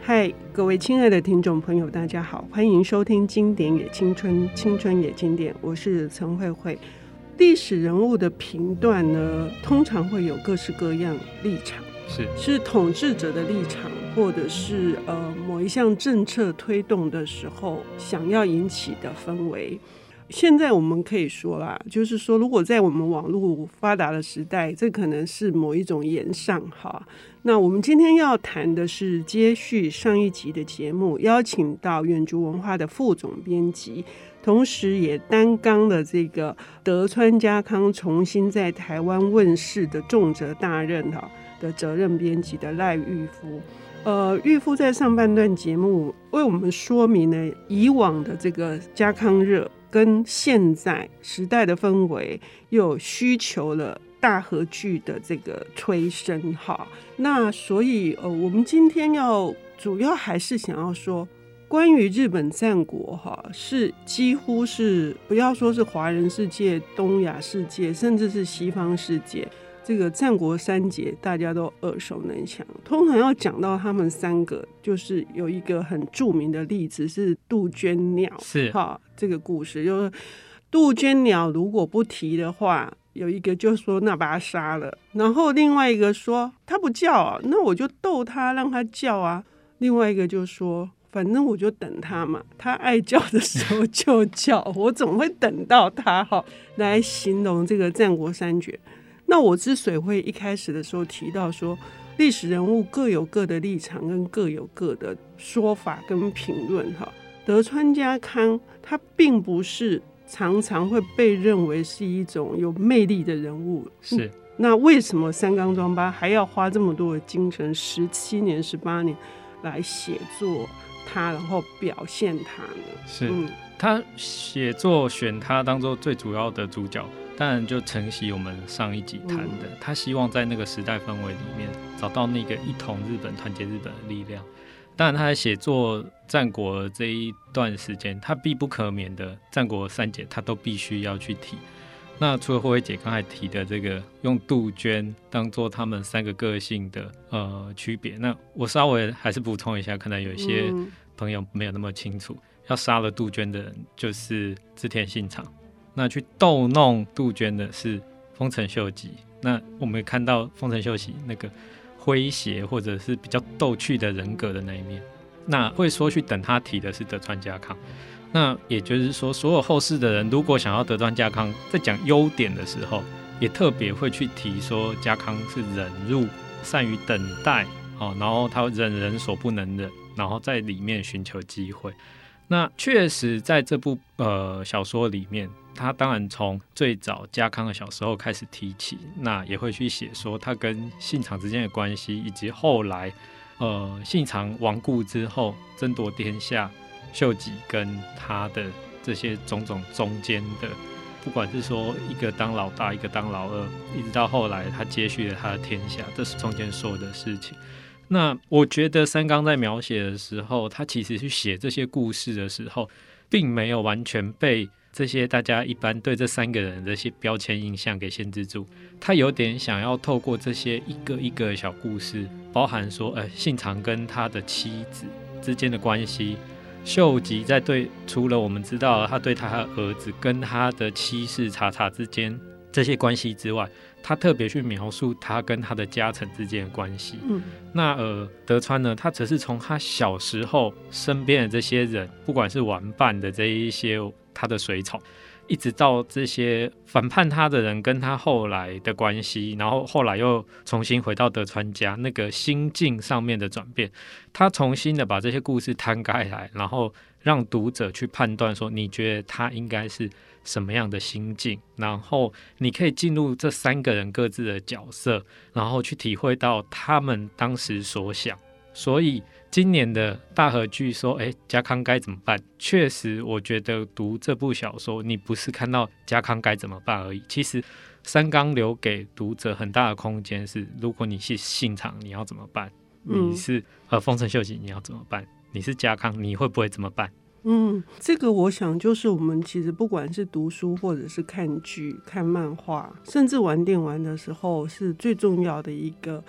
嗨，各位亲爱的听众朋友，大家好，欢迎收听经典也青春，青春也经典，我是陈慧慧。历史人物的评断呢，通常会有各式各样立场，是统治者的立场，或者是某一项政策推动的时候想要引起的氛围。现在我们可以说啦，就是说如果在我们网络发达的时代，这可能是某一种延上哈。那我们今天要谈的是接续上一集的节目，邀请到远足文化的副总编辑，同时也担纲了这个德川家康重新在台湾问世的重责大任的责任编辑的赖玉夫。玉夫在上半段节目为我们说明了以往的这个家康热跟现在时代的氛围又有需求了大河剧的这个催生哈。那所以我们今天主要还是想要说关于日本战国哈，是几乎是不要说是华人世界、东亚世界，甚至是西方世界，这个战国三杰大家都耳熟能详。通常要讲到他们三个，就是有一个很著名的例子是杜鹃鸟， 是哈， 这个故事就是杜鹃鸟如果不提的话，有一个就说那把他杀了，然后另外一个说他不叫啊，那我就逗他让他叫啊，另外一个就说反正我就等他嘛，他爱叫的时候就叫，我总会等到他来形容这个战国三绝。那我之所以会一开始的时候提到说历史人物各有各的立场跟各有各的说法跟评论，德川家康他并不是常常会被认为是一种有魅力的人物， 是那为什么三冈庄八还要花这么多的精神17年18年来写作他，然后表现他呢？ 是他写作选他当做最主要的主角，当然就承袭我们上一集谈的，他希望在那个时代氛围里面找到那个一统日本、团结日本的力量。当然他在写作战国这一段时间，他必不可免的战国三杰他都必须要去提。那除了慧慧姐刚才提的这个用杜鹃当做他们三个个性的区别，那我稍微还是补充一下，可能有一些朋友没有那么清楚，要杀了杜鹃的人就是织田信长，那去逗弄杜鹃的是丰臣秀吉。那我们看到丰臣秀吉那个诙谐或者是比较逗趣的人格的那一面，那会说去等他提的是德川家康。那也就是说，所有后世的人如果想要德川家康在讲优点的时候，也特别会去提说家康是忍辱、善于等待，然后他忍人所不能忍，然后在里面寻求机会。那确实在这部小说里面，他当然从最早家康的小时候开始提起，那也会去写说他跟信长之间的关系，以及后来信长亡故之后争夺天下，秀吉跟他的这些种种中间的，不管是说一个当老大一个当老二，一直到后来他接续了他的天下，这是中间所有的事情。那我觉得三冈在描写的时候，他其实去写这些故事的时候，并没有完全被这些大家一般对这三个人的这些标签印象给限制住，他有点想要透过这些一个一个小故事，包含说信长跟他的妻子之间的关系，秀吉在除了我们知道他对他的儿子跟他的妻室茶茶之间这些关系之外，他特别去描述他跟他的家臣之间的关系。那德川呢，他则是从他小时候身边的这些人，不管是玩伴的这一些他的随从，一直到这些反叛他的人跟他后来的关系，然后后来又重新回到德川家，那个心境上面的转变，他重新的把这些故事摊开来，然后让读者去判断说，你觉得他应该是什么样的心境，然后你可以进入这三个人各自的角色，然后去体会到他们当时所想。所以今年的大河剧说家康该怎么办，确实我觉得读这部小说你不是看到家康该怎么办而已，其实三冈留给读者很大的空间是，如果你是信长你要怎么办，你是丰臣秀吉你要怎么办，你是家康你会不会怎么办。 这个我想就是我们其实不管是读书或者是看剧看漫画，甚至玩电玩的时候，是最重要的一个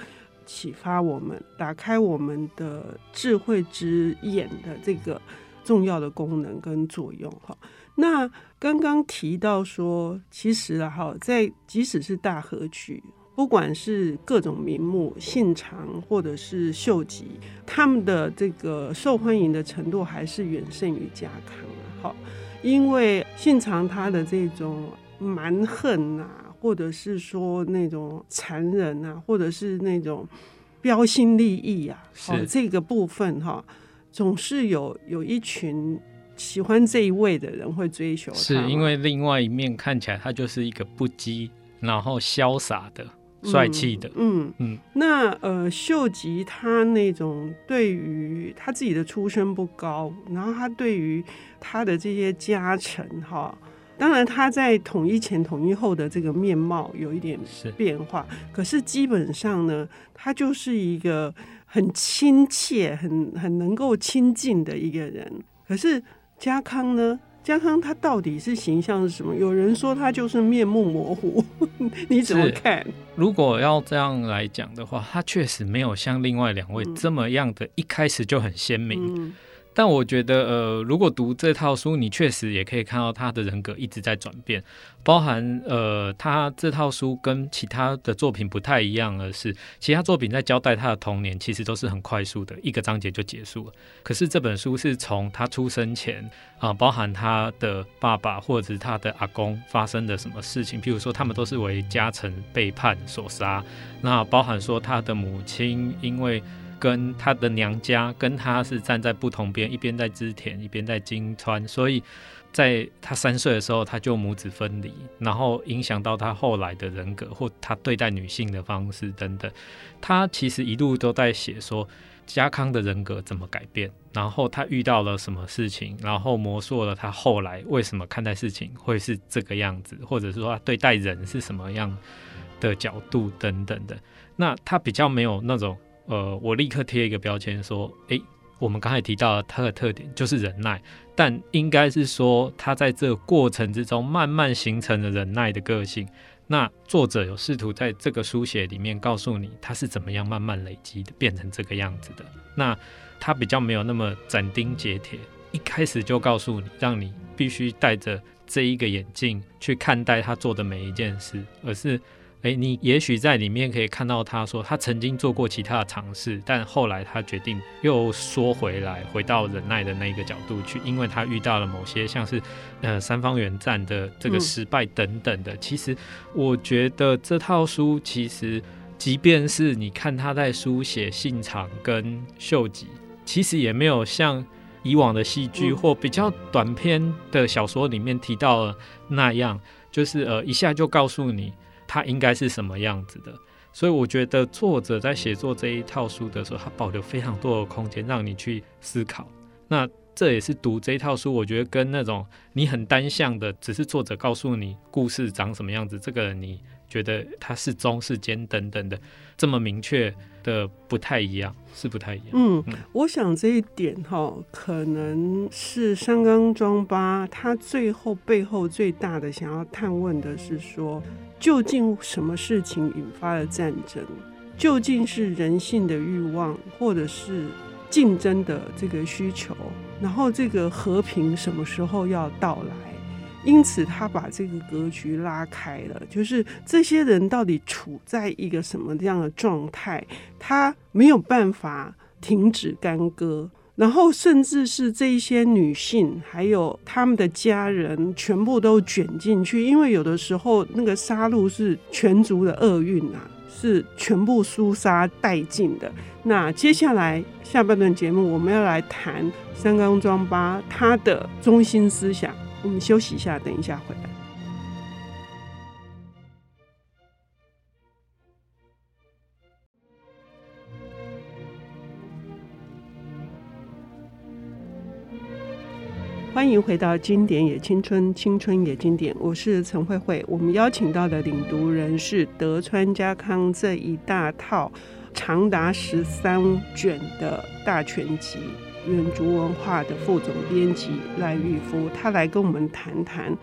启发我们，打开我们的智慧之眼的这个重要的功能跟作用。那刚刚提到说，其实在即使是大河剧，不管是各种名目信长或者是秀吉，他们的这个受欢迎的程度还是远胜于家康。因为信长他的这种蛮横或者是说那种残忍或者是那种标新立异这个部分总是有一群喜欢这一位的人会追求他， 是因为另外一面看起来他就是一个不羁然后潇洒的帅气的。 那秀吉他那种对于他自己的出身不高，然后他对于他的这些家臣当然他在统一前统一后的这个面貌有一点变化，可是基本上呢，他就是一个很亲切很能够亲近的一个人。可是家康呢，家康他到底是形象是什么？有人说他就是面目模糊你怎么看？ 如果要这样来讲的话，他确实没有像另外两位这么样的一开始就很鲜明。但我觉得如果读这套书，你确实也可以看到他的人格一直在转变，包含他这套书跟其他的作品不太一样的是，其他作品在交代他的童年其实都是很快速的，一个章节就结束了。可是这本书是从他出生前包含他的爸爸或者是他的阿公发生的什么事情，譬如说他们都是为家臣背叛所杀，那包含说他的母亲因为跟他的娘家跟他是站在不同边，一边在织田一边在金川，所以在他3岁的时候他就母子分离，然后影响到他后来的人格或他对待女性的方式等等。他其实一路都在写说家康的人格怎么改变，然后他遇到了什么事情，然后磨塑了他后来为什么看待事情会是这个样子，或者是说他对待人是什么样的角度等等的。那他比较没有那种我立刻贴一个标签说我们刚才提到他的特点就是忍耐，但应该是说他在这个过程之中慢慢形成了忍耐的个性。那作者有试图在这个书写里面告诉你他是怎么样慢慢累积的变成这个样子的。那他比较没有那么斩钉截铁，一开始就告诉你让你必须带着这一个眼镜去看待他做的每一件事，而是你也许在里面可以看到他说他曾经做过其他的尝试，但后来他决定又缩回来，回到忍耐的那个角度去，因为他遇到了某些像是三方原战的这个失败等等的。其实我觉得这套书其实即便是你看他在书写信长跟秀吉，其实也没有像以往的戏剧或比较短篇的小说里面提到的那样，就是一下就告诉你他应该是什么样子的。所以我觉得作者在写作这一套书的时候，他保留非常多的空间让你去思考。那这也是读这一套书，我觉得跟那种你很单向的只是作者告诉你故事长什么样子，这个人你觉得他是忠是奸等等的这么明确的不太一样，是不太一样。 我想这一点可能是山冈庄八他最后背后最大的想要探问的是说，究竟什么事情引发了战争？究竟是人性的欲望，或者是竞争的这个需求？然后这个和平什么时候要到来？因此他把这个格局拉开了，就是这些人到底处在一个什么样的状态，他没有办法停止干戈，然后甚至是这一些女性还有他们的家人全部都卷进去，因为有的时候那个杀戮是全族的厄运是全部肃杀殆尽的。那接下来下半段节目我们要来谈山冈庄八他的中心思想，我们休息一下，等一下回来。欢迎回到经典也青春，青春也经典，我是陈慧慧。我们邀请到的领读人是德川家康这一大套长达13卷的大全集远足文化的副总编辑赖玉夫，他来跟我们谈谈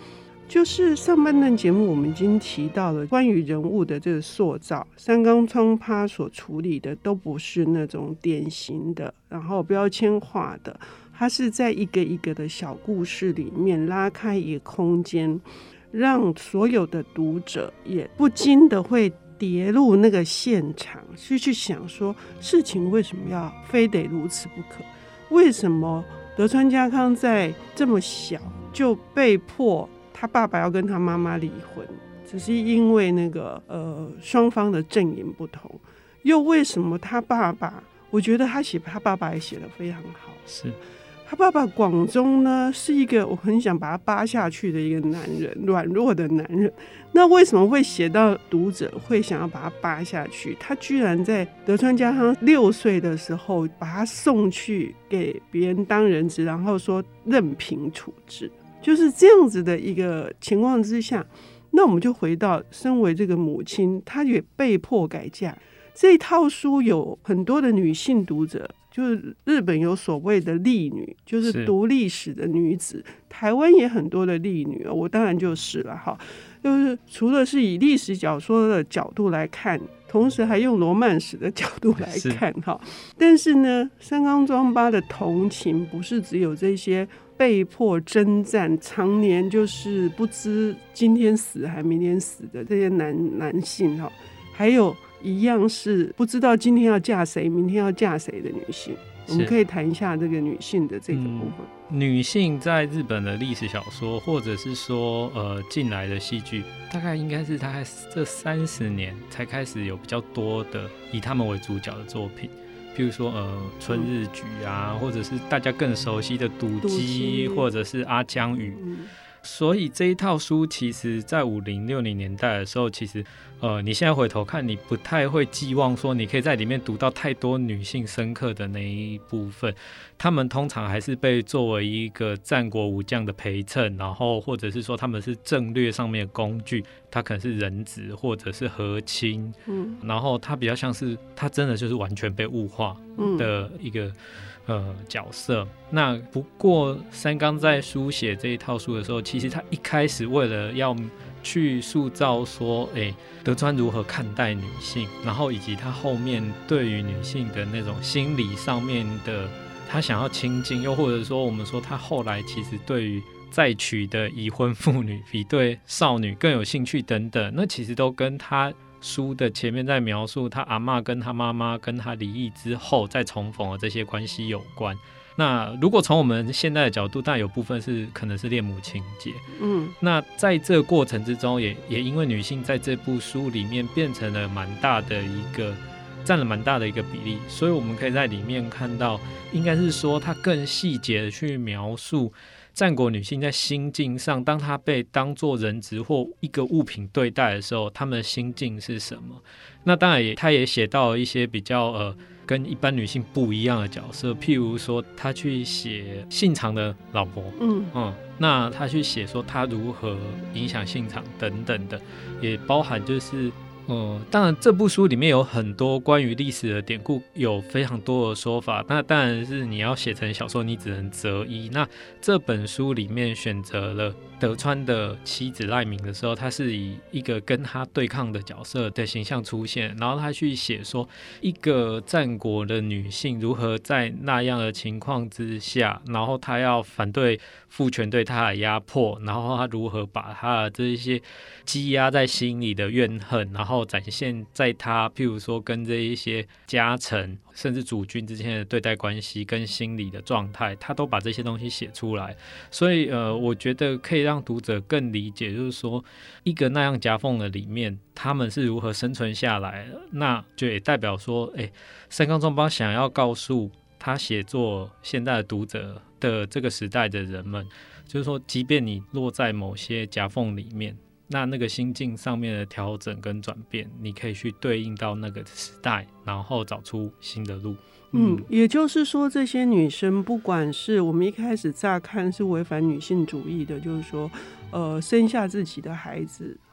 就是上半段节目我们已经提到了关于人物的这个塑造，三冈窗趴所处理的都不是那种典型的然后标签化的，它是在一个一个的小故事里面拉开一个空间，让所有的读者也不禁的会跌入那个现场，去想说事情为什么要非得如此不可，为什么德川家康在这么小就被迫他爸爸要跟他妈妈离婚，只是因为那个双方的阵营不同，又为什么他爸爸，我觉得他写他爸爸也写得非常好， 是他爸爸广宗呢是一个我很想把他扒下去的一个男人，软弱的男人，那为什么会写到读者会想要把他扒下去？他居然在德川家康6岁的时候把他送去给别人当人质，然后说任凭处置，就是这样子的一个情况之下，那我们就回到身为这个母亲，她也被迫改嫁。这一套书有很多的女性读者，就是日本有所谓的丽女，就是读历史的女子，台湾也很多的丽女，我当然就是了哈。就是除了是以历史小说的角度来看，同时还用罗曼史的角度来看哈。但是呢，三冈庄八的同情不是只有这些被迫征战，常年就是不知今天死还明天死的这些男性哈，还有一样是不知道今天要嫁谁明天要嫁谁的女性。我们可以谈一下这个女性的这个部分。 女性在日本的历史小说，或者是说进来的戏剧，大概应该是大概这30年才开始有比较多的以他们为主角的作品，譬如说春日局啊，或者是大家更熟悉的赌姬，或者是阿江雨。所以这一套书其实在50、60年代的时候，其实你现在回头看，你不太会寄望说你可以在里面读到太多女性深刻的那一部分，他们通常还是被作为一个战国武将的陪衬，然后或者是说他们是政略上面的工具，他可能是人质或者是和亲，然后他比较像是他真的就是完全被物化的一个角色。那不过三冈在书写这一套书的时候，其实他一开始为了要去塑造说德川如何看待女性，然后以及他后面对于女性的那种心理上面的他想要亲近，又或者说我们说他后来其实对于再娶的已婚妇女比对少女更有兴趣等等，那其实都跟他书的前面在描述他阿嬷跟他妈妈跟他离异之后再重逢的这些关系有关。那如果从我们现在的角度，当然有部分是可能是恋母情节，那在这个过程之中也因为女性在这部书里面变成了占了蛮大的一个比例，所以我们可以在里面看到，应该是说它更细节的去描述战国女性在心境上，当她被当作人质或一个物品对待的时候，她们的心境是什么。那当然她也写到了一些比较跟一般女性不一样的角色，譬如说她去写信长的老婆，那她去写说她如何影响信长等等的，也包含就是当然这部书里面有很多关于历史的典故，有非常多的说法，那当然是你要写成小说你只能择一。那这本书里面选择了德川的妻子赖明的时候，他是以一个跟他对抗的角色的形象出现，然后他去写说一个战国的女性如何在那样的情况之下，然后她要反对父权对她的压迫，然后她如何把她的这些积压在心里的怨恨，然后展现在她譬如说跟这一些家臣甚至主君之间的对待关系跟心理的状态，她都把这些东西写出来。所以我觉得可以让读者更理解，就是说一个那样夹缝的里面他们是如何生存下来的，那就也代表说三冈庄八想要告诉他写作现代的读者的这个时代的人们，就是说即便你落在某些夹缝里面，那个心境上面的调整跟转变，你可以去对应到那个时代，然后找出新的路。 也就是说这些女生不管是我们一开始乍看是违反女性主义的，就是说生下自己的孩子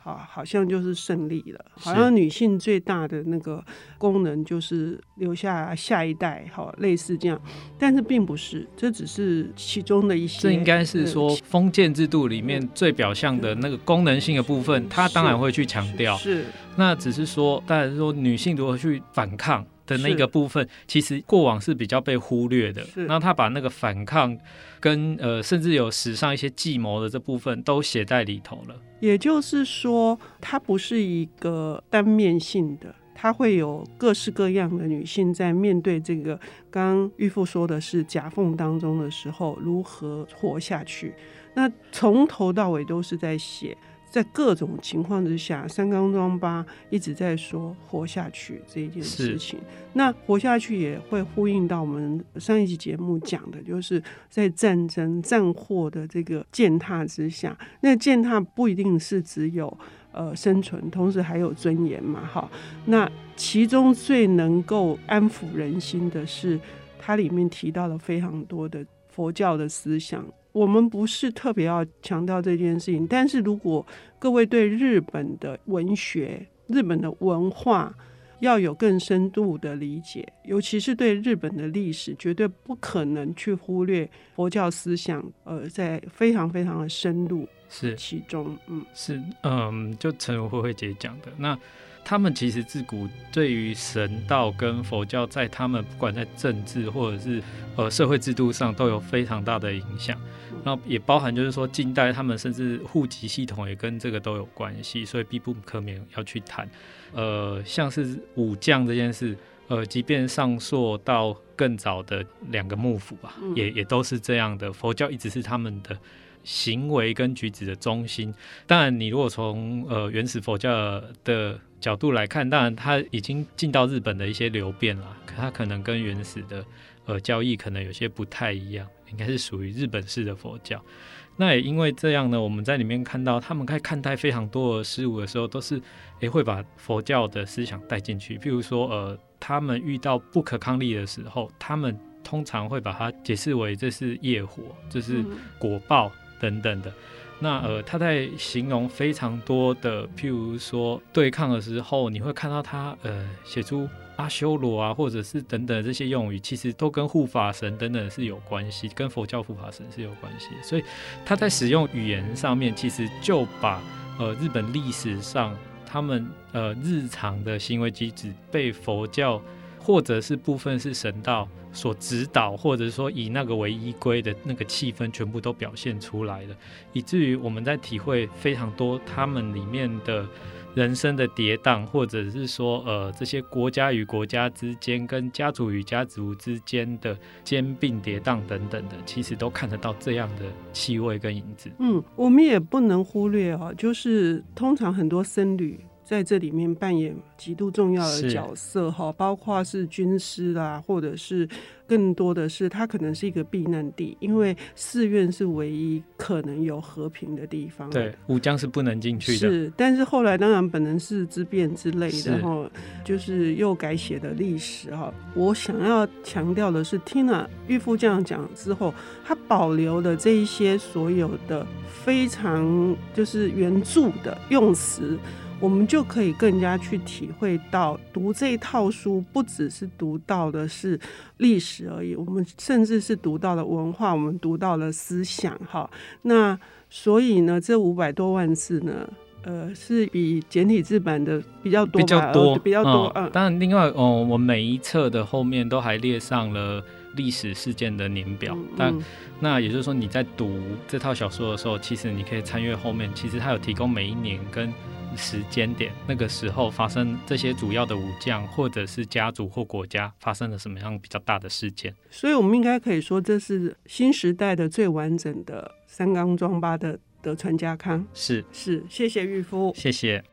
好像就是胜利了，好像女性最大的那个功能就是留下下一代，类似这样，但是并不是，这只是其中的一些。 这应该是说封建制度里面最表象的那个功能性的部分，他当然会去强调。 是， 那只是说，当然是说女性如何去反抗的那个部分，其实过往是比较被忽略的。那他把那个反抗跟甚至有史上一些计谋的这部分都写在里头了。 也就是说，它不是一个单面性的，它会有各式各样的女性在面对这个刚刚玉妇说的是夹缝当中的时候如何活下去。那从头到尾都是在写在各种情况之下，三冈庄八一直在说活下去这一件事情。那活下去也会呼应到我们上一集节目讲的，就是在战争战祸的这个践踏之下，那践踏不一定是只有生存，同时还有尊严嘛。那其中最能够安抚人心的是，它里面提到了非常多的佛教的思想。我们不是特别要强调这件事情，但是如果各位对日本的文学、日本的文化要有更深度的理解，尤其是对日本的历史，绝对不可能去忽略佛教思想，在非常非常的深入其中。 就陈如慧慧姐讲的，那他们其实自古对于神道跟佛教，在他们不管在政治或者是社会制度上都有非常大的影响。然后也包含就是说近代他们甚至户籍系统也跟这个都有关系，所以必不可免要去谈。像是武将这件事，即便上溯到更早的2个幕府吧，也都是这样的。佛教一直是他们的行为跟举止的中心。当然你如果从原始佛教的角度来看，当然它已经进到日本的一些流变了，它可能跟原始的教义可能有些不太一样，应该是属于日本式的佛教。那也因为这样呢，我们在里面看到他们在看待非常多的事物的时候，都是会把佛教的思想带进去。譬如说他们遇到不可抗力的时候，他们通常会把它解释为这是业火，这是果报等等的。那他在形容非常多的，譬如说对抗的时候，你会看到他写出阿修罗啊，或者是等等这些用语，其实都跟护法神等等是有关系，跟佛教护法神是有关系。所以他在使用语言上面，其实就把日本历史上他们日常的行为举止被佛教或者是部分是神道所指导，或者说以那个为依归的那个气氛全部都表现出来了，以至于我们在体会非常多他们里面的人生的跌宕，或者是说这些国家与国家之间跟家族与家族之间的兼并跌宕等等的，其实都看得到这样的气味跟影子。 我们也不能忽略就是通常很多僧侣在这里面扮演极度重要的角色，包括是军师啦，或者是更多的是它可能是一个避难地，因为寺院是唯一可能有和平的地方。 对，武将是不能进去的。 是，但是后来当然本能寺之变之类的，就是又改写的历史。我想要强调的是，听了玉妇这样讲之后，他保留了这一些所有的非常就是原著的用词，我们就可以更加去体会到读这一套书不只是读到的是历史而已，我们甚至是读到了文化，我们读到了思想。那所以呢，这500多万字呢是比简体字版的比较多吧，比较多。 当然另外我们每一册的后面都还列上了历史事件的年表，那也就是说你在读这套小说的时候，其实你可以参阅后面，其实它有提供每一年跟时间点，那个时候发生这些主要的武将或者是家族或国家发生了什么样比较大的事件。 所以我们应该可以说，这是新时代的最完整的三冈庄八的传家康。是，谢谢玉夫， 谢谢。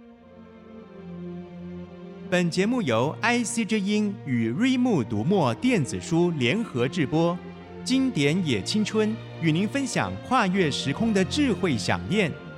本节目由 IC 之音与瑞木读墨电子书联合制播，经典也青春与您分享跨越时空的智慧饗宴。